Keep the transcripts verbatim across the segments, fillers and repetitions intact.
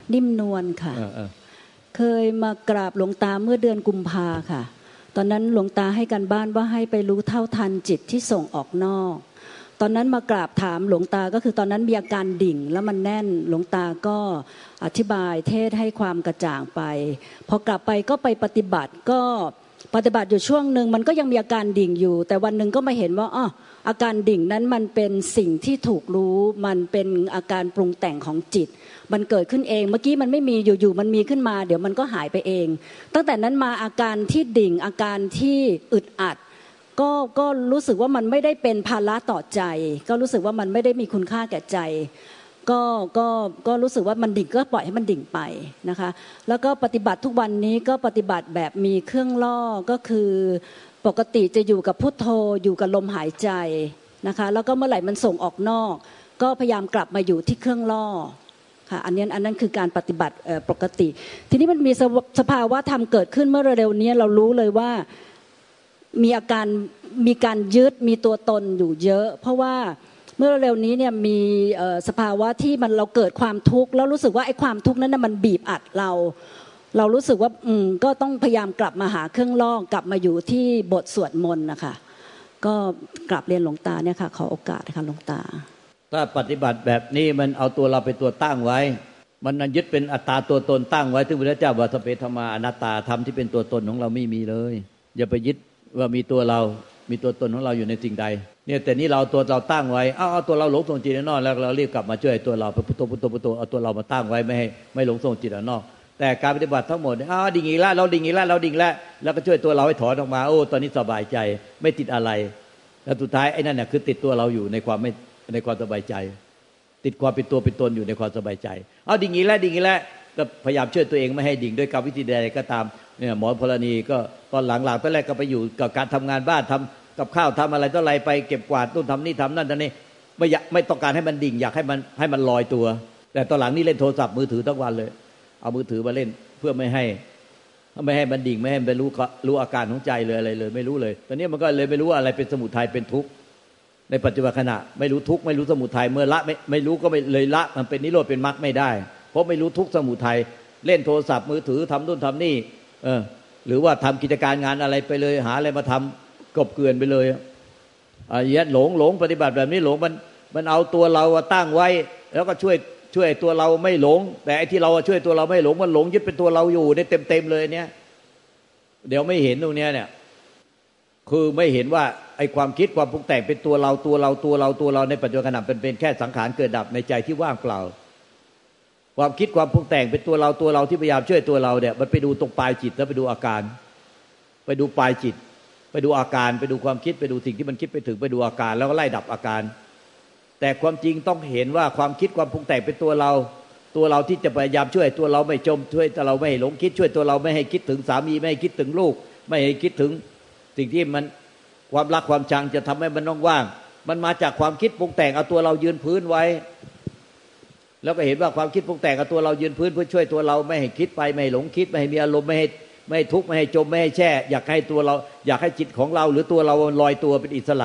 นิ่มนวลค่ะเคยมากราบหลวงตาเมื่อเดือนกุมภาค่ะตอนนั้นหลวงตาให้การบ้านว่าให้ไปรู้เท่าทันจิตที่ส่งออกนอกตอนนั้นมากราบถามหลวงตาก็คือตอนนั้นมีอาการดิ่งแล้วมันแน่นหลวงตาก็อธิบายเทศให้ความกระจ่างไปพอกลับไปก็ไปปฏิบัติก็ปฏิบัติอยู่ช่วงนึงมันก็ยังมีอาการดิ่งอยู่แต่วันนึงก็มาเห็นว่าอ้ออาการดิ่งนั้นมันเป็นสิ่งที่ถูกรู้มันเป็นอาการปรุงแต่งของจิตมันเกิดขึ้นเองเมื่อกี้มันไม่มีอยู่ๆมันมีขึ้นมาเดี๋ยวมันก็หายไปเองตั้งแต่นั้นมาอาการที่ดิ่งอาการที่อึดอัดก็ก็รู้สึกว่ามันไม่ได้เป็นภาระต่อใจก็รู้สึกว่ามันไม่ได้มีคุณค่าแก่ใจก็ก็ก็รู้สึกว่ามันดิ่งก็ปล่อยให้มันดิ่งไปนะคะแล้วก็ปฏิบัติทุกวันนี้ก็ปฏิบัติแบบมีเครื่องล่อก็คือปกติจะอยู่กับพุทโธอยู่กับลมหายใจนะคะแล้วก็เมื่อไหร่มันส่งออกนอกก็พยายามกลับมาอยู่ที่เครื่องล่อค่ะอันนี้อันนั้นคือการปฏิบัติปกติทีนี้มันมีสภาวะธรรมเกิดขึ้นเมื่อเร็วๆนี้เรารู้เลยว่ามีอาการมีการยึดมีตัวตนอยู่เยอะเพราะว่าเมื่อเร็วนี้เนี่ยมีสภาวะที่มันเราเกิดความทุกข์แล้วรู้สึกว่าไอ้ความทุกข์นั้นน่ะมันบีบอัดเราเรารู้สึกว่าอืมก็ต้องพยายามกลับมาหาเครื่องล่อกลับมาอยู่ที่บทสวดมนต์นะคะก็กลับเรียนหลวงตาเนี่ยค่ะขอโอกาสค่ะหลวงตาถ้าปฏิบัติแบบนี้มันเอาตัวเราเป็นตัวตั้งไว้มันยึดเป็นอัตตาตัวตนตั้งไว้ถึงพระเจ้าว่าสเปธรรมาอนัตตาธรรมที่เป็นตัวตนของเราไม่มีเลยอย่าไปยึดว่ามีตัวเรามีตัวตนของเราอยู่ในสิ่งใดเนี่ยแต่นี้เราตัวเราตั้งไว้เอาเอาตัวเราหลงส่งจิตนอกแล้วเรารีบกลับมาช่วยตัวเราพุทโธพุทโธพุทโธเอาตัวเรามาตั้งไว้ไม่ให้ไม่หลงส่งจิตนอกแต่การปฏิบัติทั้งหมดอ้าวดิ่งอีกแล้วเราดิ่งอีกแล้วเราดิ่งแล้วแล้วก็ช่วยตัวเราให้ถอนออกมาโอ้ตอนนี้สบายใจไม่ติดอะไรแล้วสุดท้ายไอ้นั่นน่ะคือติดตัวเราอยู่ในความไม่ในความสบายใจติดความเป็นตัวเป็นตนอยู่ในความสบายใจเอาดิ่งอีกแล้วดิ่งอีกแล้วก็พยายามช่วยตัวเองไม่ให้ดิ่งด้วยกรรมวิธีใดก็ตามเนี่ยหมอพลณีก็ตอนหลังๆตอนแรกก็ไปอยู่กับการทำงานบ้านทำกับข้าวทำอะไรต่ออะไรไปเก็บกวาดนู่นทำนี่ทำนั่นทำนี่ไม่อยากไม่ต้องการให้มันดิ่งอยากให้มันให้มันลอยตัวแต่ตอนหลังนี่เล่นโทรศัพท์มือถือทั้งวันเลยเอามือถือมาเล่นเพื่อไม่ให้ไม่ให้มันดิ่งไม่ให้มันรู้รู้อาการของใจเลยอะไรเลยไม่รู้เลยตอนนี้มันก็เลยไม่รู้ว่าอะไรเป็นสมุทัยเป็นทุกข์ในปัจจุบันขณะไม่รู้ทุกข์ไม่รู้สมุทัยเมื่อละไม่ไม่รู้ก็ไม่เลยละมันเป็นนิโรธเป็นมรรคไม่ได้เพราะไม่รู้ทุกข์สมุทัยเล่นโทรศัพท์มือถือทำนู่นทำนี่เออหรือว่าทำกิจการงานอะไรไปเลยหาอะไรมาทำกบเกลื่อนไปเลยอ่าอย่างหลงหลงปฏิบัติแบบนี้หลงมันมันเอาตัวเราตั้งไว้แล้วก็ช่วยช่วยตัวเราไม่หลงแต่ไอ้ที่เราช่วยตัวเราไม่หลงมันหลงยึดเป็นตัวเราอยู่ได้เต็มๆเลยเนี่ยเดี๋ยวไม่เห็นตรงเนี้ยเนี่ยคือไม่เห็นว่าไอ้ความคิดความปรุงแต่งเป็นตัวเราตัวเราตัวเราตัวเราในปัจจุบันขณะเป็นเป็นแค่สังขารเกิดดับในใจที่ว่างเปล่าความคิดความปรุงแต่งเป็นตัวเราตัวเราที่พยายามช่วยตัวเราเนี่ยมันไปดูตรงปลายจิตแล้วไปดูอาการไปดูปลายจิตไปดูอาการไปดูความคิดไปดูสิ่งที่มันคิดไปถึงไปดูอาการแล้วก็ไล่ดับอาการแต่ความจริงต้องเห็นว่าความคิดความปรุงแต่งเป็นตัวเราตัวเราที่จะพยายามช่วยตัวเราไม่จมช่วยตัวเราไม่ให้หลงคิดช่วยตัวเราไม่ให้คิดถึงสามีไม่ให้คิดถึงลูกไม่ให้คิดถึงสิ่งที่มันความรักความชังจะทำให้มันว่างๆมันมาจากความคิดปรุงแต่งเอาตัวเรายืนพื้นไว้แล้วก็เห็นว่าความคิดปรุงแต่งเอาตัวเรายืนพื้นเพื่อช่วยตัวเราไม่ให้คิดไปไม่ให้หลงคิดไม่ให้มีอารมณ์ไม่ให้ไม่ให้ทุกข์ไม่ให้จมไม่ให้แช่อยากให้ตัวเราอยากให้จิตของเราหรือตัวเราลอยตัวเป็นอิสระ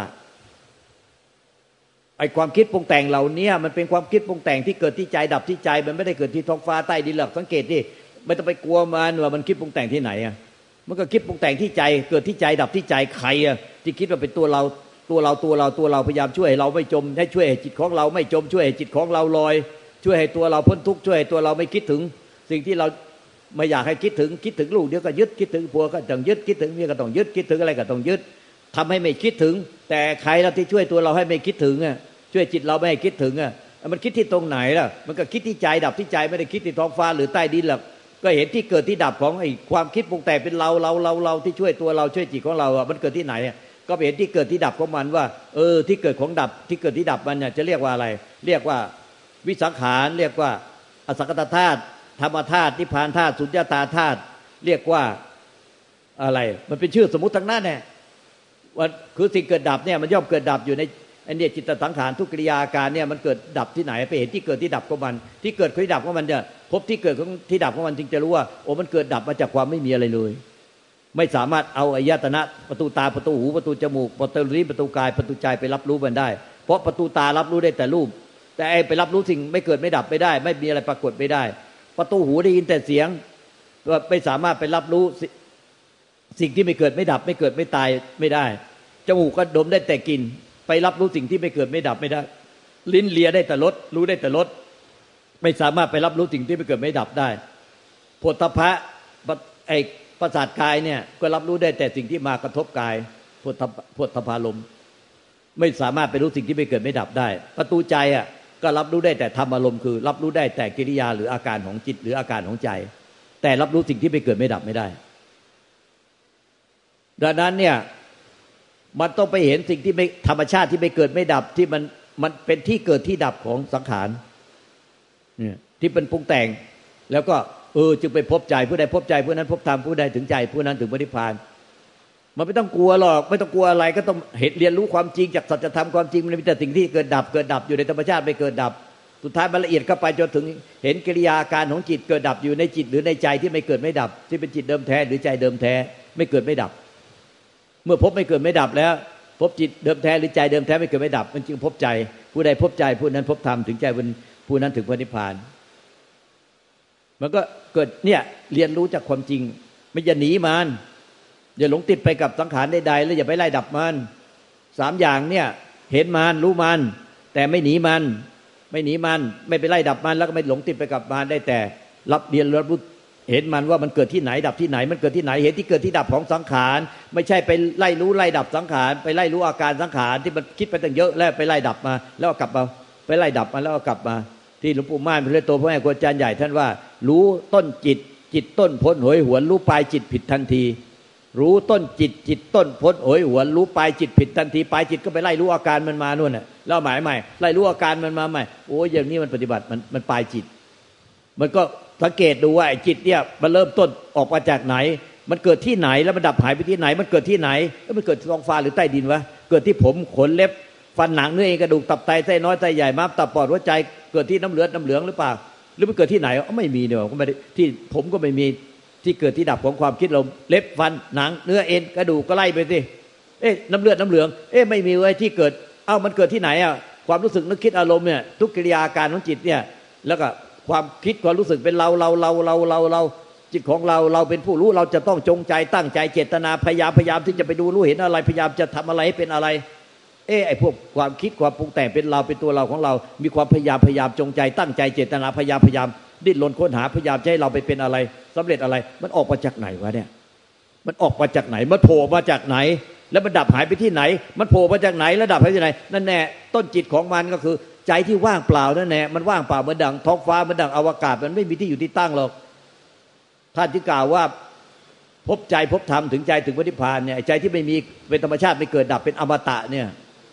ไอ้ความคิดปรุงแต่งเหล่านี้มันเป็นความคิดปรุงแต่งที่เกิดที่ใจดับที่ใจมันไม่ได้เกิดที่ท้องฟ้าใต้ดินหรอกสังเกตดิไม่ต้องไปกลัวมันว่ามันคิดปรุงแต่งที่ไหนอ่ะมันก็คิดปรุงแต่งที่ใจเกิดที่ใจดับที่ใจใครอ่ะที่คิดว่าเป็นตัวเราตัวเราตัวเราตัวเราพยายามช่วยให้เราไม่จมให้ช่วยให้จิตของเราไม่จมช่วยให้จิตของเราลอยช่วยให้ตัวเราพ้นทุกข์ช่วยให้ตัวเราไม่คิดถึงสิ่งที่เราไม่อยากให้คิดถึงคิดถึงลูกเดี๋ยวก็ยึดคิดถึงผัวก็ต้องยึดคิดถึงเมียก็ต้องยึดคิดถึงอะไรก็ต้องยึดทำให้ไม่คิดถึงแต่ใครล่ะที่ช่วยตัวเราให้ไม่คิดถึงอ่ะช่วยจิตเราไม่ให้คิดถึงอ่ะมันคิดที่ตรงไหนล่ะมันก็คิดที่ใจดับที่ใจไม่ได้คิดที่ท้องฟ้าหรือใต้ดินหรอกก็เห็นที่เกิดที่ดับของไอ้ความคิดปรุงแต่งเป็นเราเราเราเราที่ช่วยตัวเราช่วยจิตของเราอ่ะมันเกิดที่ไหนอ่ะก็เห็นที่เกิดที่ดับของมันว่าเออที่เกิดของดับที่เกิดที่ดับมันเนี่ยจะเรียกว่าอะไรเรียกว่าวิสังขารเรียกว่าอสังขตธาตุธรรมธาตุนิพพานธาตุสุญญตาธาตุเรียกว่าอะไรมันเป็นชื่อสมมุติทั้งนั้นแน่ว่าคือสิ่งเกิดดับเนี่ยมันย่อมเกิดดับอยู่ในไอ้เนี่ยจิตสังขารทุกกิริยาอาการเนี่ยมันเกิดดับที่ไหนไปเห็นที่เกิดที่ดับของมันที่เกิดที่ดับของมันเนี่ยพบที่เกิดของที่ดับของมันจึงจะรู้ว่าโอ้มันเกิดดับมาจากความไม่มีอะไรเลยไม่สามารถเอาอายตนะประตูตาประตูหูประตูจมูกประตูลิ้นประตูกายประตูใจไปรับรู้มันได้เพราะประตูตารับรู้ได้แต่รูปแต่ไอ้ไปรับรู้สิ่งไม่เกิดไม่ดับไม่ได้ไม่มีอะไรปรากฏไม่ได้ประตูหูได้ยินแต่เสียงว่าไม่สามารถไปรับรู้สิ่งที่ไม่เกิดไม่ดับไม่เกิดไม่ตายไม่ได้จมูกก็ดมได้แต่กลิ่นไปรับรู้สิ่งที่ไม่เกิดไม่ดับไม่ได้ลิ้นเลียได้แต่รสรู้ได้แต่รสไม่สามารถไปรับรู้สิ่งที่ไม่เกิดไม่ดับได้โผฏฐัพพะไอ้ประสาทกายเนี่ยก็รับรู้ได้แต่สิ่งที่มากระทบกายโผฏฐัพโผฏฐัพพารมณ์ไม่สามารถไปรู้สิ่งที่ไม่เกิดไม่ดับได้ประตูใจอ่ะก็รับรู้ได้แต่ธรรมอารมณ์คือรับรู้ได้แต่กิริยาหรืออาการของจิตหรืออาการของใจแต่รับรู้สิ่งที่ไม่เกิดไม่ดับไม่ได้ดังนั้นเนี่ยมันต้องไปเห็นสิ่งที่ไม่ธรรมชาติที่ไม่เกิดไม่ดับที่มันมันเป็นที่เกิดที่ดับของสังขารเนี่ยที่เป็นปรุงแต่งแล้วก็เออจึงไปพบใจผู้ใดพบใจผู้นั้นพบธรรมผู้ใดถึงใจผู้นั้นถึงพระนิพพานมันไม่ต้องกลัวหรอกไม่ต้องกลัวอะไรก็ต้องเห็นเรียนรู้ความจริงจากสัจธรรมความจริงมันมีแต่สิ่งที่เกิดดับเกิดดับอยู่ในธรรมชาติไม่เกิดดับสุดท้ายมันละเอียดเข้าไปจนถึงเห็นกิริยาการของจิตเกิดดับอยู่ในจิตหรือในใจที่ไม่เกิดไม่ดับที่เป็นจิตเดิมแท้หรือใจเดิมแท้ไม่เกิดไม่ดับเมื่อพบไม่เกิดไม่ดับแล้วพบจิตเดิมแท้หรือใจเดิมแท้ไม่เกิดไม่ดับมันจึงพบใจผู้ใดพบใจผู้นั้นพบธรรมถึงใจผู้นั้นถึงพระนิพพานมันก็เกิดเนี่ยเรียนรู้จากความจริงไม่อย่าหนีมันอย่าหลงติดไปกับสังขารใดๆแล้วอย่าไปไล่ดับมันสามอย่างเนี่ยเห็นมันรู้มันแต่ไม่หนีมันไม่หนีมันไม่ไปไล่ดับมันแล้วก็ไม่หลงติดไปกับมันได้แต่รับเรียนรู้เห็นมันว่ามันเกิดที่ไหนดับที่ไหนมันเกิดที่ไหนเห็นที่เกิดที่ดับของสังขารไม่ใช่ไปไล่รู้ไล่ดับสังขารไปไล่รู้อาการสังขารที่มันคิดไปตั้งเยอะแล้วไปไล่ดับมาแล้วกลับมาไปไล่ดับมาแล้วกลับมาที่หลวงปู่ม่านพระโตพระแม่ครูอาจารย์ใหญ่ท่านว่ารู้ต้นจิตจิตต้นพ้นโหยหวนรู้ปลายจิตผิดทันทีรู้ต้นจิตจิตต้นพ้นโหยหวนรู้ปลายจิตผิดทันทีปลายจิตก็ไปไล่รู้อาการมันมานู่นน่ะแล้วหมายใหม่ไล่รู้อาการมันมาใหม่โอ้ยอย่างนี้มันปฏิบัติมันมันปลายจิตมันก็สังเกตดูว่าไอ้จิตเนี่ยมันเริ่มต้นออกมาจากไหนมันเกิดที่ไหนแล้วมันดับหายไปที่ไหนมันเกิดที่ไหนแล้วมันเกิดที่ท้องฟ้าหรือใต้ดินวะเกิดที่ผมขนเล็บฟันหนังเนื้อเอ็นกระดูกตับไตไส้น้อยไส้ใหญ่ม้ามตับปอดหัวใจเกิดที่น้ำเหลืองน้ำเหลืองหรือเปล่าหรือมันเกิดที่ไหนอ๋อไม่มีเนี่ยก็ไม่ได้ที่ผมก็ไม่มีที่เกิดที่ดับของความคิดเราเล็บฟันหนังเนื้อเอ็นกระดูกก็ไล่ไปสิเอ๊ะน้ำเลือดน้ำเหลืองเอ๊ะไม่มีไว้ที่เกิดเอ้ามันเกิดที่ไหนอ่ะความรู้สึกนึกคิดอารมณ์เนี่ยทุกกิริยาการของจิตเนี่ยแล้วก็ความคิดความรู้สึกเป็นเราเราเราเราเราเราจิตของเราเราเป็นผู้รู้เราจะต้องจงใจตั้งใจเจตนาพยายามพยายามที่จะไปดูรู้เห็นอะไรพยายามจะทำอะไรให้เป็นอะไรเอ๊ะไอ้พวกความคิดความปรุงแต่งเป็นเราเป็นตัวเราของเรามีความพยายามพยายามจงใจตั้งใจเจตนาพยายามพยายามดิ้นรนค้นหาพยายามจะให้เราไปเป็นอะไรสำเร็จอะไรมันออกมาจากไหนวะเนี่ยมันออกมาจากไหนมันโผล่มาจากไหนแล้วมันดับหายไปที่ไหนมันโผล่มาจากไหนแล้วดับหายไปที่ไหนนั่นแน่ต้นจิตของมันก็คือใจที่ว่างเปล่านั่นแน่มันว่างเปล่าเหมือนดังท้องฟ้าเหมือนดังอวกาศมันไม่มีที่อยู่ที่ตั้งหรอกท่านที่กล่าวว่าพบใจพบธรรมถึงใจถึงพระนิพพานเนี่ยใจที่ไม่มีเป็นธรรมชาติไม่เกิดดับเป็นอมตะเนี่ย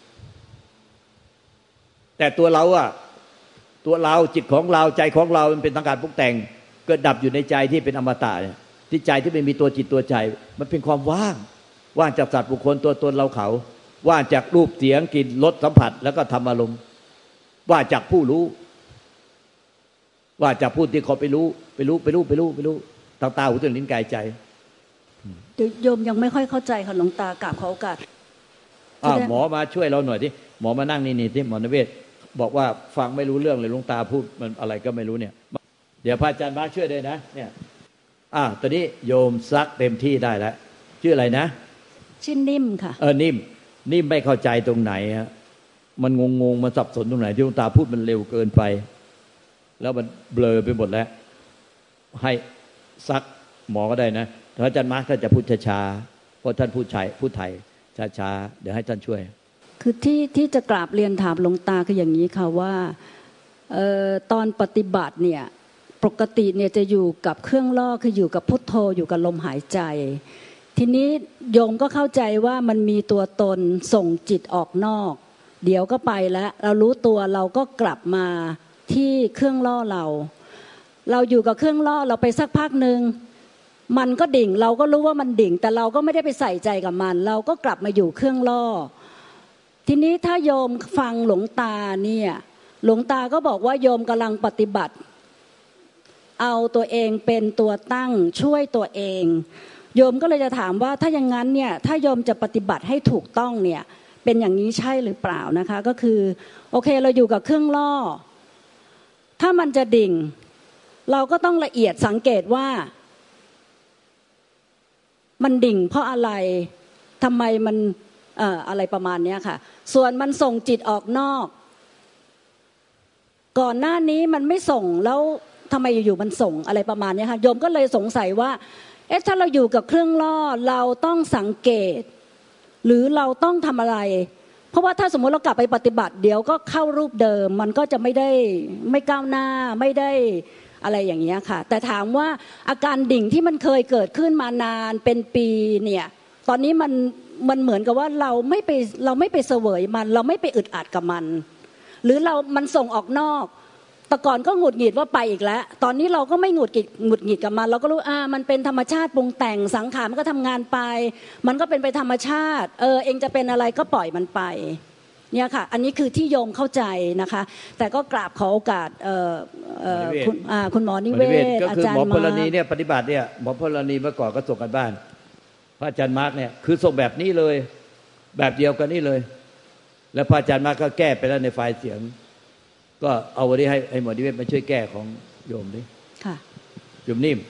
แต่ตัวเราอะตัวเราจิตของเราใจของเรามันเป็นสังขารปรุงแต่งเกิดดับอยู่ในใจที่เป็นอมตะเนี่ยที่ใจที่ไม่มีตัวจิตตัวใจมันเป็นความว่างว่างจากสัตว์บุคคลตัวตนเราเขาว่างจากรูปเสียงกลิ่นรสสัมผัสแล้วก็ธรรมอารมณ์ว่าจากผู้รู้ว่าจากผู้ที่เขาไปรู้ไปรู้ไปรู้ไปรู้ไปรู้ทางตาหูจมูกลิ้นกายใจโยมยังไม่ค่อยเข้าใจค่ะหลวงตากราบขอโอกาสอ้าวหมอมาช่วยเราหน่อยที่หมอมานั่งนี่นี่ที่หมอนเวศบอกว่าฟังไม่รู้เรื่องเลยหลวงตาพูดมันอะไรก็ไม่รู้เนี่ยเดี๋ยวพระอาจารย์มาช่วยด้วยนะเนี่ยอ่าตอนนี้โยมซักเต็มที่ได้แล้วชื่ออะไรนะชื่อนิ่มค่ะเออนิ่มนิ่มไม่เข้าใจตรงไหนฮะมันงงงมันสับสนตรงไหนที่หลวงตาพูดมันเร็วเกินไปแล้วมันเบลอไปหมดแล้วให้ซักหมอก็ได้นะพระอาจารย์มาร์คท่านจะพูดช้าๆเพราะท่านพูดไทยพูดไทยช้าๆเดี๋ยวให้ท่านช่วยคือที่ที่จะกราบเรียนถามหลวงตาคืออย่างนี้ค่ะว่าเอ่อตอนปฏิบัติเนี่ยปกติเนี่ยจะอยู่กับเครื่องล่อคืออยู่กับพุทโธอยู่กับลมหายใจทีนี้โยมก็เข้าใจว่ามันมีตัวตนส่งจิตออกนอกเดี๋ยวก็ไปแล้วเรารู้ตัวเราก็กลับมาที่เครื่องล่อเราเราอยู่กับเครื่องล่อเราไปสักพักนึงมันก็ดิ่งเราก็รู้ว่ามันดิ่งแต่เราก็ไม่ได้ไปใส่ใจกับมันเราก็กลับมาอยู่เครื่องล่อทีนี้ถ้าโยมฟังหลวงตาเนี่ยหลวงตาก็บอกว่าโยมกำลังปฏิบัติเอาตัวเองเป็นตัวตั้งช่วยตัวเองโยมก็เลยจะถามว่าถ้าอย่างนั้นเนี่ยถ้าโยมจะปฏิบัติให้ถูกต้องเนี่ยเป็นอย่างนี้ใช่หรือเปล่านะคะก็คือโอเคเราอยู่กับเครื่องล่อถ้ามันจะดิ่งเราก็ต้องละเอียดสังเกตว่ามันดิ่งเพราะอะไรทำไมมันเอ่ออะไรประมาณนี้ค่ะส่วนมันส่งจิตออกนอกก่อนหน้านี้มันไม่ส่งแล้วทำไมอยู่ๆมันส่งอะไรประมาณนี้ค่ะโยมก็เลยสงสัยว่าเอ๊ะถ้าเราอยู่กับเครื่องล่อเราต้องสังเกตหรือเราต้องทำอะไรเพราะว่าถ้าสมมติเรากลับไปปฏิบัติเดี๋ยวก็เข้ารูปเดิมมันก็จะไม่ได้ไม่ก้าวหน้าไม่ได้อะไรอย่างเงี้ยค่ะแต่ถามว่าอาการดิ่งที่มันเคยเกิดขึ้นมานานเป็นปีเนี่ยตอนนี้มันมันเหมือนกับว่าเราไม่ไปเราไม่ไปเสวยมันเราไม่ไปอึดอัดกับมันหรือเรามันส่งออกนอกแต่ก่อนก็หงุดหงิดว่าไปอีกแล้วตอนนี้เราก็ไม่หงุดหงิดหงุดหงิดกับมันเราก็รู้อ่ามันเป็นธรรมชาติปรุงแต่งสังขารมันก็ทำงานไปมันก็เป็นไปธรรมชาติเออเองจะเป็นอะไรก็ปล่อยมันไปเนี่ยค่ะอันนี้คือที่โยมเข้าใจนะคะแต่ก็กราบขอโอกาสเอ่อเอ่อคุณอ่าคุณหมอนิเวศอาจารย์มาหมอพลณีเนี่ยปฏิบัติเนี่ยหมอพลณีเมื่อก่อนก็ส่งกันบ้านพระอาจารย์มาร์กเนี่ยคือส่งแบบนี้เลยแบบเดียวกันนี่เลยแล้วพระอาจารย์มาร์กก็แก้ไปแล้วในไฟล์เสียงก็เอาวันนี้ให้ให้หมอนิเวศมาช่วยแก้ของโยมดิค่ะโยมนิ่ม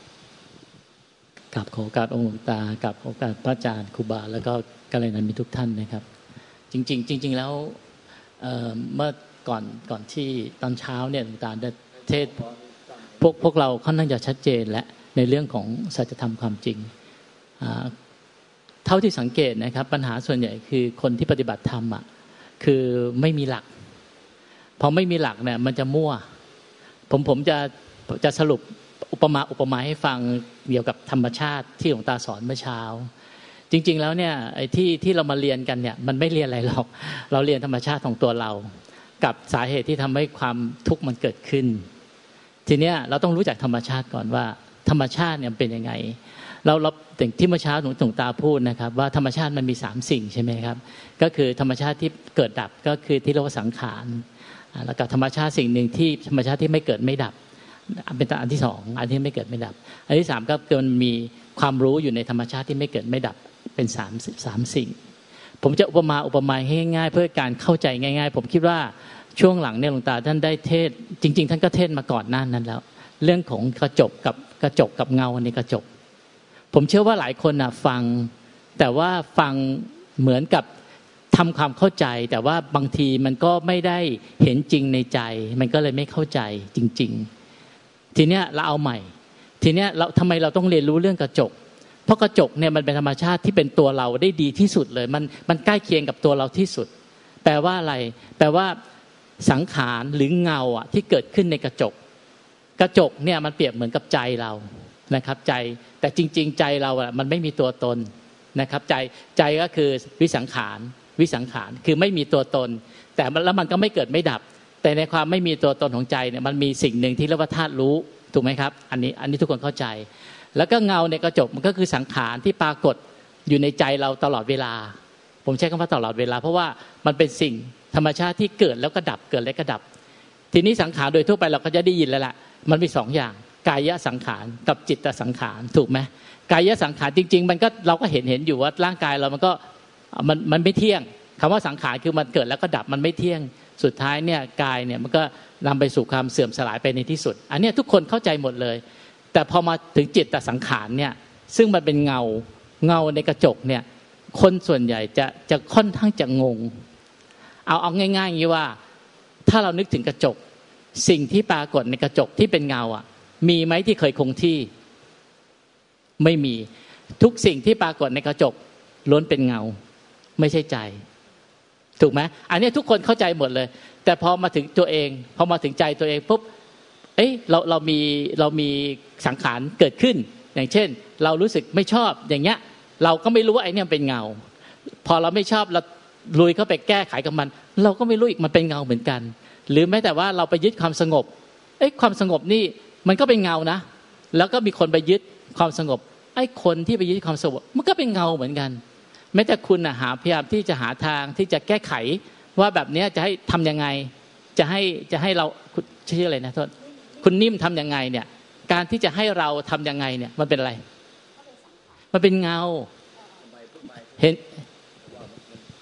กับขอโอกาสองค์หลวงตากับขอโอกาสพระอาจารย์ครูบาแล้วก็กัลยาณมิตรทุกท่านนะครับจริงๆจริงๆแล้ว เ, เมื่อก่อนก่อนที่ตอนเช้าเนี่ยหลวงตาได้เทศพวกพวกเราค่อนข้างจะชัดเจนและในเรื่องของสัจธรรมความจริงเท่าที่สังเกตนะครับปัญหาส่วนใหญ่คือคนที่ปฏิบัติธรรมอ่ะคือไม่มีหลักพอไม่มีหลักเนี่ยมันจะมั่วผมผมจะจะสรุปอุปมาอุปไมยให้ฟังเกี่ยวกับธรรมชาติที่หลวงตาสอนเมื่อเช้าจริงๆแล้วเนี่ยไอ้ที่ที่เรามาเรียนกันเนี่ยมันไม่เรียนอะไรหรอกเราเรียนธรรมชาติของตัวเรากับสาเหตุที่ทำให้ความทุกข์มันเกิดขึ้นทีเนี้ยเราต้องรู้จักธรรมชาติก่อนว่าธรรมชาติเนี่ยเป็นยังไงเราเราถึงที่เมื่อเช้าหลวงตาพูดนะครับว่าธรรมชาติมันมีสามสิ่งใช่ไหมครับก็คือธรรมชาติที่เกิดดับก็คือที่เรียกว่าสังขารแล้วก็ธรรมชาติสิ่งหนึ่งที่ธรรมชาติที่ไม่เกิดไม่ดับเป็นอันที่สองอันที่ไม่เกิดไม่ดับอันที่สามก็คือมันมีความรู้อยู่ในธรรมชาติที่ไม่เกิดไม่ดับเป็นสามสามสิ่งผมจะอุปมาอุปไมยให้ง่ายเพื่อการเข้าใจง่ายๆผมคิดว่าช่วงหลังเนี่ยหลวงตาท่านได้เทศจริงๆท่านก็เทศมาก่อนหน้านั้นแล้วเรื่องของกระจกกับกระจกกับเงาในกระจกผมเชื่อว่าหลายคนนะฟังแต่ว่าฟังเหมือนกับทำความเข้าใจแต่ว่าบางทีมันก็ไม่ได้เห็นจริงในใจมันก็เลยไม่เข้าใจจริงๆทีเนี้ยเราเอาใหม่ทีเนี้ยเราทำไมเราต้องเรียนรู้เรื่องกระจกเพราะกระจกเนี่ยมันเป็นธรรมชาติที่เป็นตัวเราได้ดีที่สุดเลยมันมันใกล้เคียงกับตัวเราที่สุดแปลว่าอะไรแปลว่าสังขารหรือเงาอ่ะที่เกิดขึ้นในกระจกกระจกเนี่ยมันเปรียบเหมือนกับใจเรานะครับใจแต่จริงๆใจเราอ่ะมันไม่มีตัวตนนะครับใจใจก็คือวิสังขารวิสังขารคือไม่มีตัวตนแต่แล้วมันก็ไม่เกิดไม่ดับแต่ในความไม่มีตัวตนของใจเนี่ยมันมีสิ่งหนึ่งที่เรียกว่าธาตุรู้ถูกไหมครับอันนี้อันนี้ทุกคนเข้าใจแล้วก็เงาในกระจกมันก็คือสังขารที่ปรากฏอยู่ในใจเราตลอดเวลาผมใช้คำว่าตลอดเวลาเพราะว่ามันเป็นสิ่งธรรมชาติที่เกิดแล้วก็ดับเกิดแล้วก็ดับทีนี้สังขารโดยทั่วไปเราก็จะได้ยินแล้วล่ะมันมีสองอย่างกายสังขารกับจิตสังขารถูกไหมกายสังขารจริงๆมันก็เราก็เห็นเห็นอยู่ว่าร่างกายเรามันก็มันมันไม่เที่ยงคำว่าสังขารคือมันเกิดแล้วก็ดับมันไม่เที่ยงสุดท้ายเนี่ยกายเนี่ยมันก็นำไปสู่ความเสื่อมสลายไปในที่สุดอันนี้ทุกคนเข้าใจหมดเลยแต่พอมาถึงจิตตสังขารเนี่ยซึ่งมันเป็นเงาเงาในกระจกเนี่ยคนส่วนใหญ่จะจะค่อนข้างจะงงเอาเอาง่ายๆอย่างนี้ว่าถ้าเรานึกถึงกระจกสิ่งที่ปรากฏในกระจกที่เป็นเงาอ่ะมีไหมที่เคยคงที่ไม่มีทุกสิ่งที่ปรากฏในกระจกล้วนเป็นเงาไม่ใช่ใจถูกไหมอันนี้ทุกคนเข้าใจหมดเลยแต่พอมาถึงตัวเองพอมาถึงใจตัวเองปุ๊บเอ้ยเราเรามีเรามีสังขารเกิดขึ้นอย่างเช่นเรารู้สึกไม่ชอบอย่างเงี้ยเราก็ไม่รู้ว่าไอ้นี่เป็นเงาพอเราไม่ชอบเราลุยเข้าไปแก้ไขกับมันเราก็ไม่รู้อีกมันเป็นเงาเหมือนกันหรือแม้แต่ว่าเราไปยึดความสงบเอ้ยความสงบนี่มันก็เป็นเงานะแล้วก็มีคนไปยึดความสงบไอ้คนที่ไปยึดความสงบมันก็เป็นเงาเหมือนกันแม้แต่คุณน่ะหาพยายามที่จะหาทางที่จะแก้ไขว่าแบบนี้จะให้ทำยังไงจะให้จะให้เราชื่ออะไรนะโทษคุณนิ่มทำยังไงเนี่ยการที่จะให้เราทำยังไงเนี่ยมันเป็นอะไรมันเป็นเงาเห็น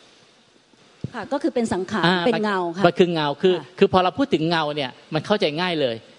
ค่ะก็คือเป็นสังขารเป็นเงาค่ะมันคือเงาคือคือพอเราพูดถึงเงาเนี่ยมันเข้าใจง่ายเลย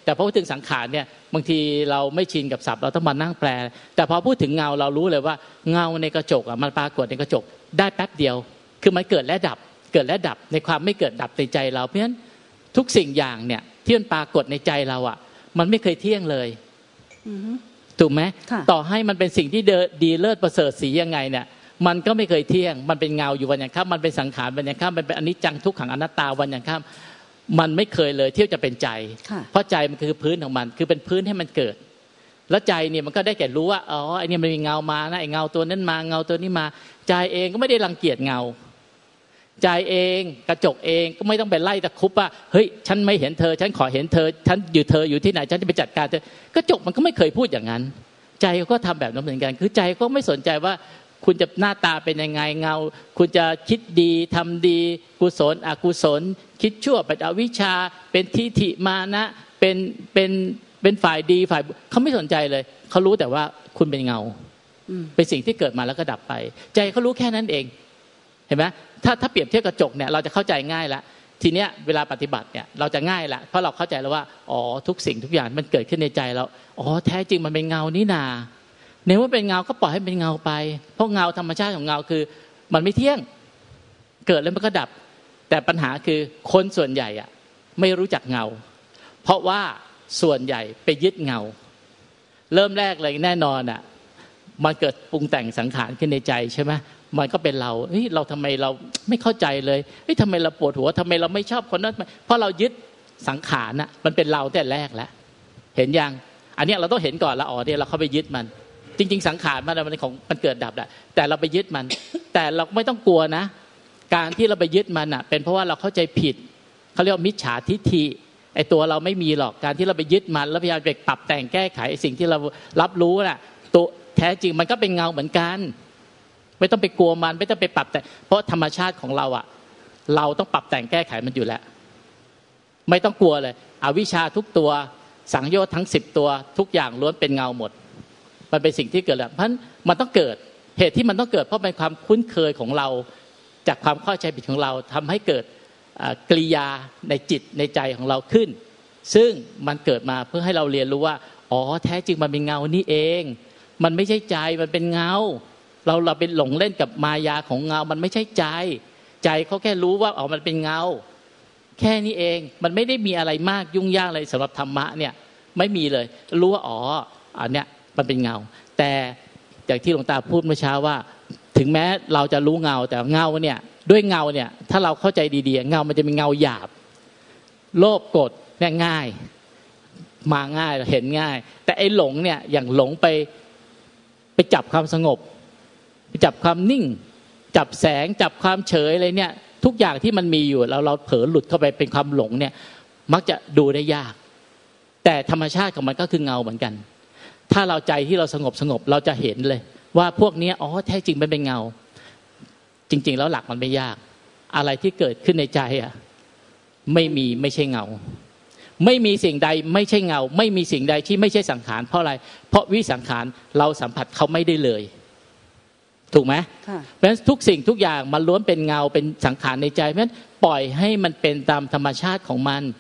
แต่พอพูดถึงสังขารเนี่ยบางทีเราไม่ชินกับศัพท์เราต้องมานั่งแปลแต่พอพูดถึงเงาเรารู้เลยว่าเงาในกระจกอ่ะมันปรากฏในกระจกได้แป๊บเดียวคือมันเกิดและดับเกิดและดับในความไม่เกิดดับในใจเราเพราะฉะนั้นทุกสิ่งอย่างเนี่ยที่มันปรากฏในใจเราอ่ะมันไม่เคยเที่ยงเลยถูกไหมต่อให้มันเป็นสิ่งที่ดีเลิศประเสริฐสียังไงเนี่ยมันก็ไม่เคยเที่ยงมันเป็นเงาอยู่วันยังค่ำมันเป็นสังขารวันยังค่ำมันเป็นอนิจจังทุกขังอนัตตาวันยังค่ำมันไม่เคยเลยที่จะเป็นใจเพราะใจมันคือพื้นของมันคือเป็นพื้นให้มันเกิดแล้วใจเนี่ยมันก็ได้แก่รู้ว่าอ๋อไอ้นี่มันมีเงามานะไอ้เงาตัวนั้นมาเงาตัวนี้มาใจเองก็ไม่ได้รังเกียจเงาใจเองกระจกเองก็ไม่ต้องไปไล่ตะคุบว่าเฮ้ยฉันไม่เห็นเธอฉันขอเห็นเธอฉันอยู่เธออยู่ที่ไหนฉันจะไปจัดการเธอกระจกมันก็ไม่เคยพูดอย่างนั้นใจก็ทำแบบนั้นเหมือนกันคือใจก็ไม่สนใจว่าคุณจะหน้าตาเป็นยังไงเงาคุณจะคิดดีทำดีกุศลอกุศลคิดชั่วเป็นอวิชชาเป็นทิฏฐิมานะเป็นเป็นเป็นฝ่ายดีฝ่ายเขาไม่สนใจเลยเขารู้แต่ว่าคุณเป็นเงาเป็นสิ่งที่เกิดมาแล้วก็ดับไปใจเขารู้แค่นั้นเองเห็นไหมถ้าถ้าเปรียบเทียบกระจกเนี่ยเราจะเข้าใจง่ายละทีเนี้ยเวลาปฏิบัติเนี่ยเราจะง่ายละเพราะเราเข้าใจแล้วว่าอ๋อทุกสิ่งทุกอย่างมันเกิดขึ้นในใจเราอ๋อแท้จริงมันเป็นเงานี่นาในเมื่อเป็นเงาก็ปล่อยให้เป็นเงาไปเพราะเงาธรรมชาติของเงาคือมันไม่เที่ยงเกิดแล้วมันก็ดับแต่ปัญหาคือคนส่วนใหญ่อะไม่รู้จักเงาเพราะว่าส่วนใหญ่ไปยึดเงาเริ่มแรกเลยแน่นอนอะมันเกิดปรุงแต่งสังขารขึ้นในใจใช่ไหมมันก็เป็นเราเฮ้ยเราทำไมเราไม่เข้าใจเลยเฮ้ยทำไมเราปวดหัวทำไมเราไม่ชอบคนนั้นเพราะเรายึดสังขารน่ะมันเป็นเราแต่แรกแล้วเห็นยังอันนี้เราต้องเห็นก่อนละอ๋อเนี่ยเราเข้าไปยึดมันจริงๆสังขารมันมันของมันเกิดดับแหละแต่เราไปยึดมันแต่เราไม่ต้องกลัวนะการที่เราไปยึดมันอ่ะเป็นเพราะว่าเราเข้าใจผิดเขาเรียกว่ามิจฉาทิฏฐิไอ้ตัวเราไม่มีหรอกการที่เราไปยึดมันแล้วพยายามไปปรับแต่งแก้ไขสิ่งที่เรารับรู้น่ะตัวแท้จริงมันก็เป็นเงาเหมือนกันไม่ต้องไปกลัวมันไม่ต้องไปปรับแต่เพราะธรรมชาติของเราอ่ะเราต้องปรับแต่งแก้ไขมันอยู่แล้วไม่ต้องกลัวเลยอวิชชาทุกตัวสังโยชน์ทั้งสิบตัวทุกอย่างล้วนเป็นเงาหมดมันเป็นสิ่งที่เกิดแล้วเพราะฉะนั้นมันต้องเกิดเหตุที่มันต้องเกิดเพราะเป็นความคุ้นเคยของเราจากความเข้าใจผิดของเราทำให้เกิดกิริยาในจิตในใจของเราขึ้นซึ่งมันเกิดมาเพื่อให้เราเรียนรู้ว่าอ๋อแท้จริงมันเป็นเงานี่เองมันไม่ใช่ใจมันเป็นเงาเราเราเป็นหลงเล่นกับมายาของเงามันไม่ใช่ใจใจเขาแค่รู้ว่าอ๋อมันเป็นเงาแค่นี้เองมันไม่ได้มีอะไรมากยุ่งยากเลยสำหรับธรรมะเนี่ยไม่มีเลยรู้ว่าอ๋ออันเนี้ยมันเป็นเงาแต่อย่างที่หลวงตาพูดเมื่อเช้าว่าถึงแม้เราจะรู้เงาแต่เงาเนี่ยด้วยเงาเนี่ยถ้าเราเข้าใจดีๆเงามันจะเป็นเงาหยาบโลภโกรธเนี่ยง่ายมาง่ายเห็นง่ายแต่ไอ้หลงเนี่ยอย่างหลงไปไปจับความสงบไปจับความนิ่งจับแสงจับความเฉยอะไรเนี่ยทุกอย่างที่มันมีอยู่เราเราเผลอหลุดเข้าไปเป็นความหลงเนี่ยมักจะดูได้ยากแต่ธรรมชาติของมันก็คือเงาเหมือนกันถ้าเราใจที่เราสงบสงบเราจะเห็นเลยว่าพวกนี้อ๋อแท้จริงมันเป็นเงาจริงๆแล้วหลักมันไม่ยากอะไรที่เกิดขึ้นในใจอ่ะไม่มีไม่ใช่เงาไม่มีสิ่งใดไม่ใช่เงาไม่มีสิ่งใดที่ไม่ใช่สังขารเพราะอะไรเพราะวิสังขารเราสัมผัสเขาไม่ได้เลยถูกไหมเพราะฉะนั้นทุกสิ่งทุกอย่างมันล้วนเป็นเงาเป็นสังขารในใจเพราะฉะนั้นปล่อยให้มันเป็นตามธรรมชาติของมัน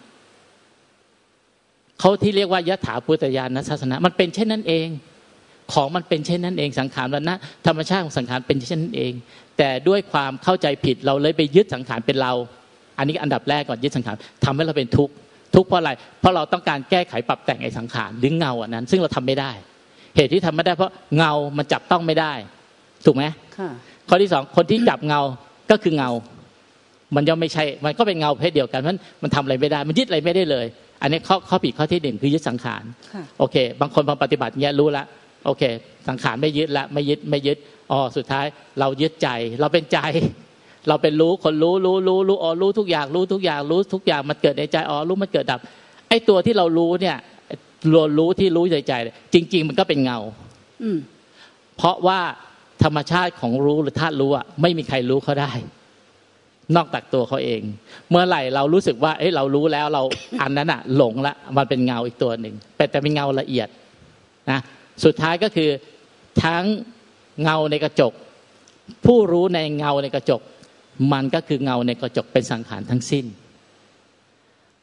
เขาที่เรียกว่ายถาภูตญาณทัศนะมันเป็นเช่นนั้นเองของมันเป็นเช่นนั้นเองสังขารวันนะธรรมชาติของสังขารเป็นเช่นนั้นเองแต่ด้วยความเข้าใจผิดเราเลยไปยึดสังขารเป็นเราอันนี้อันดับแรกก่อนยึดสังขารทำให้เราเป็นทุกข์ทุกข์เพราะอะไรเพราะเราต้องการแก้ไขปรับแต่งไอ้สังขารหรือเงาอันนั้นซึ่งเราทำไม่ได้เหตุที่ทำไม่ได้เพราะเงามันจับต้องไม่ได้ถูกไหมข้อที่สองคนที่จับเงาก็คือเงามันย่อมไม่ใช่มันก็เป็นเงาเพศเดียวกันเพราะมันทำอะไรไม่ได้มันยึดอะไรไม่ได้เลยอันนี้ข้อข้อผิดข้อที่หนึ่งคือยึดสังขารโอเคบางคนพอปฏิบัติเงี้ยรู้ละโอเคสังขารไม่ยึดละไม่ยึดไม่ยึดอ๋อสุดท้ายเรายึดใจเราเป็นใจเราเป็นรู้คนรู้รู้รู้รู้อ๋อรู้ทุกอย่างรู้ทุกอย่างรู้ทุกอย่างมันเกิดในใจอ๋อรู้มันเกิดดับไอ้ตัวที่เรารู้เนี่ยรวมรู้ที่รู้ในใจจริงๆมันก็เป็นเงาเพราะว่าธรรมชาติของรู้หรือธาตุรู้อ่ะไม่มีใครรู้เขาได้นอกจากตัวเขาเองเมื่อไหร่เรารู้สึกว่าเอ้ยเรารู้แล้วเราอันนั้นอ่ะหลงละมันเป็นเงาอีกตัวหนึ่งแต่แต่เป็นเงาละเอียดนะสุดท้ายก็คือทั้งเงาในกระจกผู้รู้ในเงาในกระจกมันก็คือเงาในกระจกเป็นสังขารทั้งสิ้น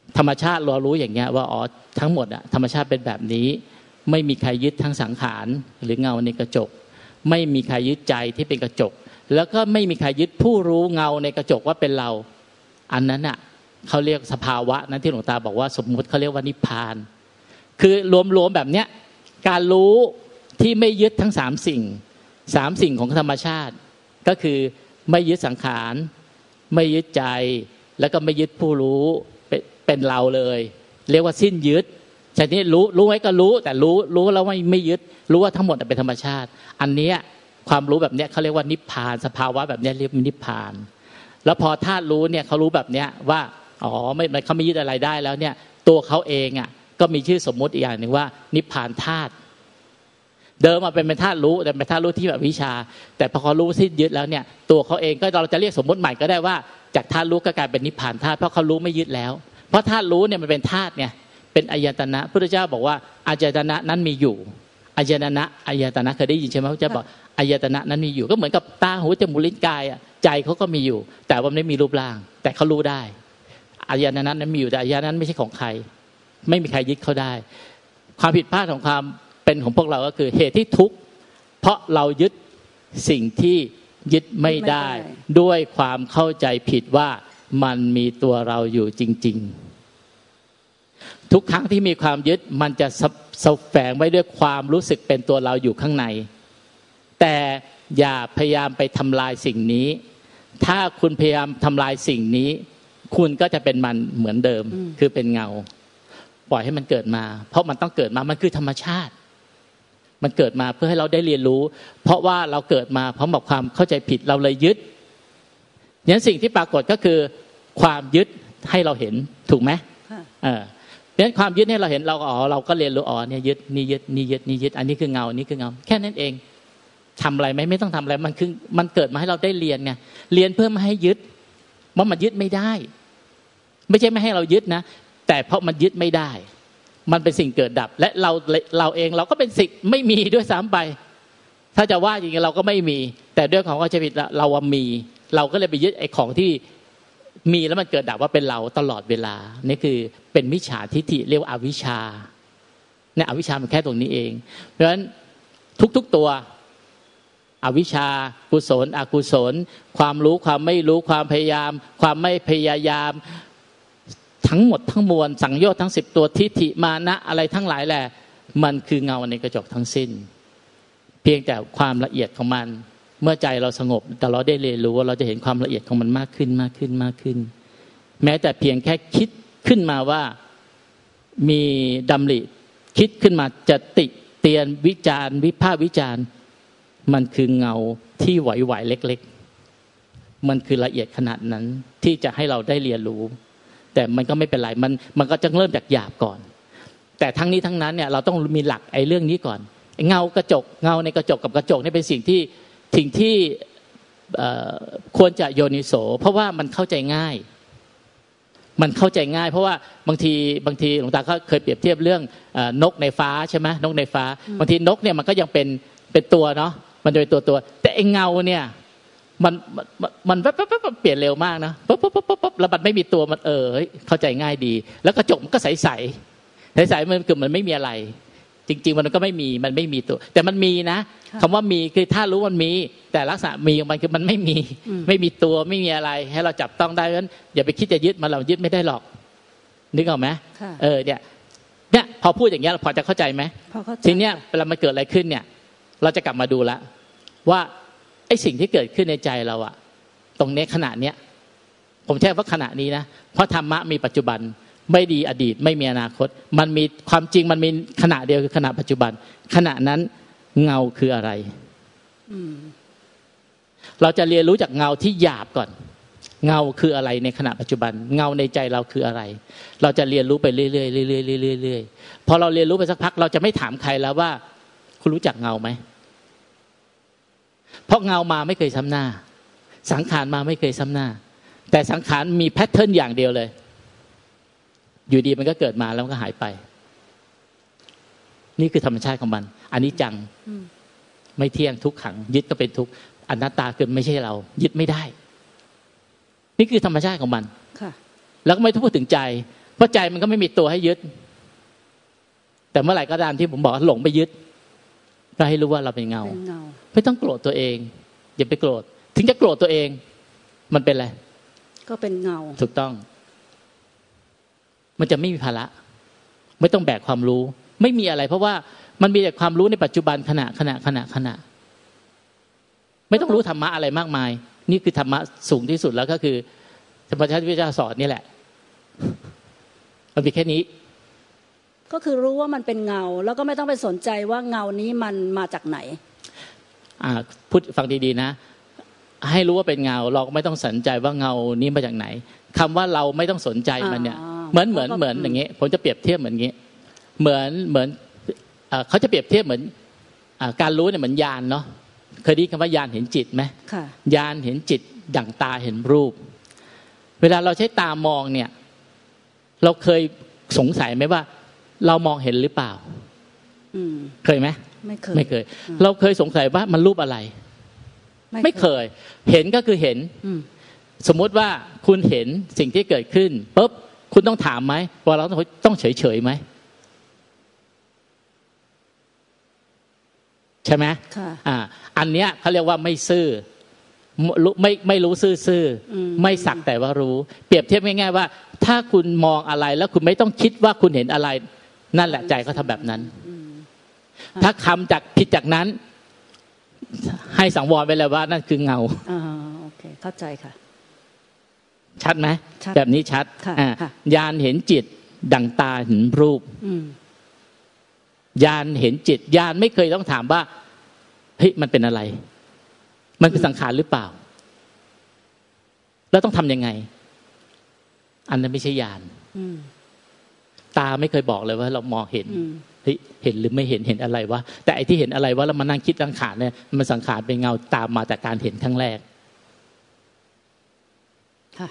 ธรรมชาติเรารู้อย่างเงี้ยว่าอ๋อทั้งหมดอะธรรมชาติเป็นแบบนี้ไม่มีใครยึดทั้งสังขารหรือเงาในกระจกไม่มีใครยึดใจที่เป็นกระจกแล้วก็ไม่มีใครยึดผู้รู้เงาในกระจกว่าเป็นเราอันนั้นอะเขาเรียกสภาวะนั้นที่หลวงตาบอกว่าสมมุติเขาเรียกว่านิพพานคือรวมๆแบบเนี้ยการรู้ที่ไม่ยึดทั้งสามสิ่งสามสิ่งของธรรมชาติก็คือไม่ยึดสังขารไม่ยึดใจแล้วก็ไม่ยึดผู้รู้เป็นเราเลยเรียกว่าสิ้นยึดฉะนั้นรู้รู้ไว้ก็รู้แต่รู้รู้แล้วไม่ไม่ยึดรู้ว่าทั้งหมดเป็นธรรมชาติอันเนี้ยความรู้แบบเนี้ยเขาเรียกว่านิพพานสภาวะแบบเนี้ยเรียกนิพพานแล้วพอธาตุรู้เนี่ยเขารู้แบบเนี้ยว่าอ๋อไม่เขาไม่ยึดอะไรได้แล้วเนี่ยตัวเขาเองอ่ะก็มีชื่อสมมุติอีกอย่างหนึ่งว่านิพพานธาตุเดิมมาเป็นเป็นธาตุรู้แต่เป็นธาตุรู้ที่แบบวิชาแต่พอเขารู้สิ้นยึดแล้วเนี่ยตัวเขาเองก็เราจะเรียกสมมุติใหม่ก็ได้ว่าจากธาตุรู้ก็กลายเป็นนิพพานธาตุเพราะเขารู้ไม่ยึดแล้วเพราะธาตุรู้เนี่ยมันเป็นธาตุไงเป็นอายตนะพระพุทธเจ้าบอกว่าอายตนะนั้นมีอยู่อายตนะอายตนะเคยได้ยินใช่ไหมพระพุทธเจ้าบอกอายตนะนั้นมีอยู่ก็เหมือนกับตาหูจมูกลิ้นกายอ่ะใจเขาก็มีอยู่แต่ว่าไม่มีรูปร่างแต่เขารู้ได้อายตนะนั้นมีอยู่แต่อายตนะนั้นไม่ใช่ของใครไม่มีใครยึดเขาได้ความผิดพลาดของความเป็นของพวกเราก็คือเหตุที่ทุกข์เพราะเรายึดสิ่งที่ยึดไม่ได้ด้วยความเข้าใจผิดว่ามันมีตัวเราอยู่จริงๆทุกครั้งที่มีความยึดมันจะแฝงไว้ด้วยความรู้สึกเป็นตัวเราอยู่ข้างในแต่อย่าพยายามไปทำลายสิ่งนี้ถ้าคุณพยายามทำลายสิ่งนี้คุณก็จะเป็นมันเหมือนเดิมคือเป็นเงาปล่อยให้มันเกิดมาเพราะมันต้องเกิดมามันคือธรรมชาติมันเกิดมาเพื่อให้เราได้เรียนรู้เพราะว่าเราเกิดมาพร้อมกับความเข้าใจผิดเราเลยยึดงั้นสิ่งที่ปรากฏก็คือความยึดให้เราเห็นถูกไหมเอองั้นความยึดให้เราเห็นเราอ๋อเราก็เรียนรู้อ๋อเนี่ยยึดนี่ยึดนี่ยึดนี่ยึดอันนี้คือเงาอันนี้คือเงาแค่นั้นเองทำอะไรไหมไม่ต้องทำอะไรมันคือมันเกิดมาให้เราได้เรียนไงเรียนเพื่อไม่ให้ยึดว่ามันยึดไม่ได้ไม่ใช่ไม่ให้เรายึดนะแต่เพราะมันยึดไม่ได้มันเป็นสิ่งเกิดดับและเราเราเองเราก็เป็นสิ่งไม่มีด้วยซ้ำไปถ้าจะว่าอย่างนี้เราก็ไม่มีแต่ด้วยของเข้าใจผิดเราว่ามีเราก็เลยไปยึดไอ้ของที่มีแล้วมันเกิดดับว่าเป็นเราตลอดเวลานี่คือเป็นมิจฉาทิฏฐิเรียกว่าอวิชชาเนี่ยอวิชชามันแค่ตรงนี้เองเพราะฉะนั้นทุกๆตัวอวิชชากุศลอกุศลความรู้ความไม่รู้ความพยายามความไม่พยายามทั้งหมดทั้งมวลสังโยชน์ทั้งสิบตัวทิฏฐิมานะอะไรทั้งหลายแหละมันคือเงาในกระจกทั้งสิ้นเพียงแต่ความละเอียดของมันเมื่อใจเราสงบแต่เราได้เรียนรู้ว่าเราจะเห็นความละเอียดของมันมากขึ้นมากขึ้นมากขึ้นแม้แต่เพียงแค่คิดขึ้นมาว่ามีดำริคิดขึ้นมาจะติเตียนวิจารณ์วิพากษ์วิจารณ์มันคือเงาที่ไหวๆเล็กๆมันคือละเอียดขนาดนั้นที่จะให้เราได้เรียนรู้แต่มันก็ไม่เป็นไรมันมันก็จะเริ่มจากหยาบก่อนแต่ทั้งนี้ทั้งนั้นเนี่ยเราต้องมีหลักไอ้เรื่องนี้ก่อนเงากระจกเงาในกระจกกับกระจกนี่เป็นสิ่งที่สิ่งที่ควรจะโยนิโสเพราะว่ามันเข้าใจง่ายมันเข้าใจง่ายเพราะว่าบางทีบางทีหลวงตาก็เคยเปรียบเทียบเรื่องนกในฟ้าใช่ไหมนกในฟ้าบางทีนกเนี่ยมันก็ยังเป็นเป็นตัวเนาะมันจะเป็นตัวตัวแต่ไอ้เงาเนี่ยมันมันแป๊บๆเปลี่ยนเร็วมากนะปุ๊บปุ๊บปุ๊บปุ๊บแล้วมันไม่มีตัวมันเออเข้าใจง่ายดีแล้วกระจกมันก็ใสใสใสใสมันคือมันไม่มีอะไรจริงๆมันก็ไม่มีมันไม่มีตัวแต่มันมีนะคำว่ามีคือถ้ารู้มันมีแต่ลักษณะมีของมันคือมันไม่มีไม่มีตัวไม่มีอะไรให้เราจับต้องได้เพราะฉะนั้นอย่าไปคิดจะยึดมันเรายึดไม่ได้หรอกนึกออกไหมเออเนี่ยเนี่ยพอพูดอย่างเงี้ยพอจะเข้าใจไหมทีเนี้ยเวลามันเกิดอะไรขึ้นเนี่ยเราจะกลับมาดูละว่าไอ้สิ่งที่เกิดขึ้นในใจเราอะตรงนี้ขณะเนี้ยผมแค่ว่าขณะนี้นะเพราะธรรมะมีปัจจุบันไม่ดีอดีตไม่มีอนาคตมันมีความจริงมันมีขณะเดียวคือขณะปัจจุบันขณะนั้นเงาคืออะไรเราจะเรียนรู้จากเงาที่หยาบก่อนเงาคืออะไรในขณะปัจจุบันเงาในใจเราคืออะไรเราจะเรียนรู้ไปเรื่อยๆเรื่อยๆเรื่อยๆพอเราเรียนรู้ไปสักพักเราจะไม่ถามใครแล้วว่าคุณรู้จักเงาไหมเพราะเงามาไม่เคยซ้ำหน้าสังขารมาไม่เคยซ้ำหน้าแต่สังขารมีแพทเทิร์นอย่างเดียวเลยอยู่ดีมันก็เกิดมาแล้วมันก็หายไปนี่คือธรรมชาติของมันอนิจจังไม่เที่ยงทุกขังยึดก็เป็นทุกข์อนัตตาคือไม่ใช่เรายึดไม่ได้นี่คือธรรมชาติของมันแล้วก็ไม่ต้องพูดถึงใจเพราะใจมันก็ไม่มีตัวให้ยึดแต่เมื่อไหร่ก็ตามที่ผมบอกหลงไปยึดก็ให้รู้ว่าเราเป็นเงาไม่ต้องโกรธตัวเองอย่าไปโกรธถึงจะโกรธตัวเองมันเป็นอะไรก็เป็นเงาถูกต้องมันจะไม่มีภาระไม่ต้องแบกความรู้ไม่มีอะไรเพราะว่ามันมีแต่ความรู้ในปัจจุบันขณะขณะขณะขณะไม่ต้องรู้ธรรมะอะไรมากมายนี่คือธรรมะสูงที่สุดแล้วก็คือธรรมชาติวิทยาสอนนี่แหละมันมีแค่นี้ก็คือรู้ว่ามันเป็นเงาแล้วก็ไม่ต้องไปสนใจว่าเงานี้มันมาจากไหนอ่าพูดฟังดีๆนะให้รู้ว่าเป็นเงาเราก็ไม่ต้องสนใจว่าเงานี้มาจากไหนคำว่าเราไม่ต้องสนใจมันเนี่ยเหมือนเหมือนเหมือนอย่างเงี้ยผมจะเปรียบเทียบเหมือนงี้เหมือนเหมือนเขาจะเปรียบเทียบเหมือนการรู้เนี่ยเหมือนญาณเนาะเคยได้ยินคำว่าญาณเห็นจิตไหมญาณเห็นจิตดั่งตาเห็นรูปเวลาเราใช้ตามองเนี่ยเราเคยสงสัยไหมว่าเรามองเห็นหรือเปล่าเคยไหมไม่เคยไม่เคยเราเคยสงสัยว่ามันรูปอะไรไม่เคยเห็นก็คือเห็นสมมุติว่าคุณเห็นสิ่งที่เกิดขึ้นปุ๊บคุณต้องถามไหมว่าเราต้องเฉยเฉยไหมใช่ไหมอ่าอันเนี้ยเขาเรียกว่าไม่ซื่อไม่ไม่รู้ซื่อๆไม่สักแต่ว่ารู้เปรียบเทียบง่ายๆว่าถ้าคุณมองอะไรแล้วคุณไม่ต้องคิดว่าคุณเห็นอะไรนั่นแหละใจเขาทำแบบนั้นถ้าคำจากผิดจากนั้นให้สังวรไปเลยว่านั่นคือเงาอ่าโอเคเข้าใจค่ะชัดไหมแบบนี้ชัดอ่าญาณเห็นจิตดั่งตาเห็นรูปญาณเห็นจิตญาณไม่เคยต้องถามว่าเฮ้ยมันเป็นอะไรมันเป็นสังขารหรือเปล่าแล้วต้องทำยังไงอันนั้นไม่ใช่ญาณตาไม่เคยบอกเลยว่าเรามองเห็นเฮ้ยเห็นหรือไม่เห็นเห็นอะไรวะแต่ไอ้ที่เห็นอะไรวะแล้วมานั่งคิดสังขารเนี่ยมันสังขารเป็นเงาตามมาจากการเห็นครั้งแรกค่ะ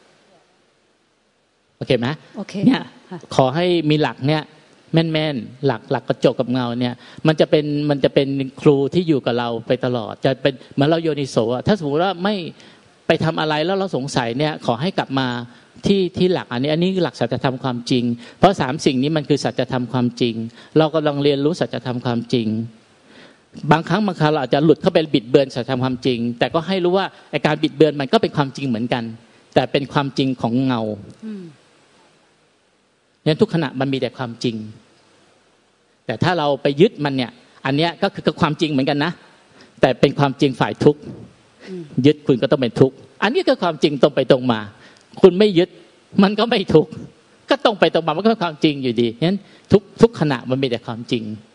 โอเคไหมโอเคเนี่ยขอให้มีหลักเนี่ยแม่นๆหลักหลักกระจกกับเงาเนี่ยมันจะเป็นมันจะเป็นครูที่อยู่กับเราไปตลอดจะเป็นเหมือนเราโยนิโสอ่ะถ้าสมมติว่าไม่ไปทำอะไรแล้วเราสงสัยเนี่ยขอให้กลับมาที่ที่หลักอันนี้อันนี้คือหลักสัจธรรมความจริงเพราะสามสิ่งนี้มันคือสัจธรรมความจริงเรากำลังเรียนรู้สัจธรรมความจริงบางครั้งบางคราวเราอาจจะหลุดเข้าไปบิดเบือนสัจธรรมความจริงแต่ก็ให้รู้ว่าไอ้การบิดเบือนมันก็เป็นความจริงเหมือนกันแต่เป็นความจริงของเงาเนี่ยทุกขณะมันมีแต่ความจริงแต่ถ้าเราไปยึดมันเนี่ยอันเนี้ยก็คือความจริงเหมือนกันนะแต่เป็นความจริงฝ่ายทุกข์ยึดคุณก็ต้องเป็นทุกข์อันนี้ก็ความจริงตรงไปตรงมาคุณไม่ยึดมันก็ไม่ทุกข์ก็ตรงไปตรงมามันก็เป็นความจริงอยู่ดีฉะนั้นทุกทุกขณะมันมีแต่ความจริง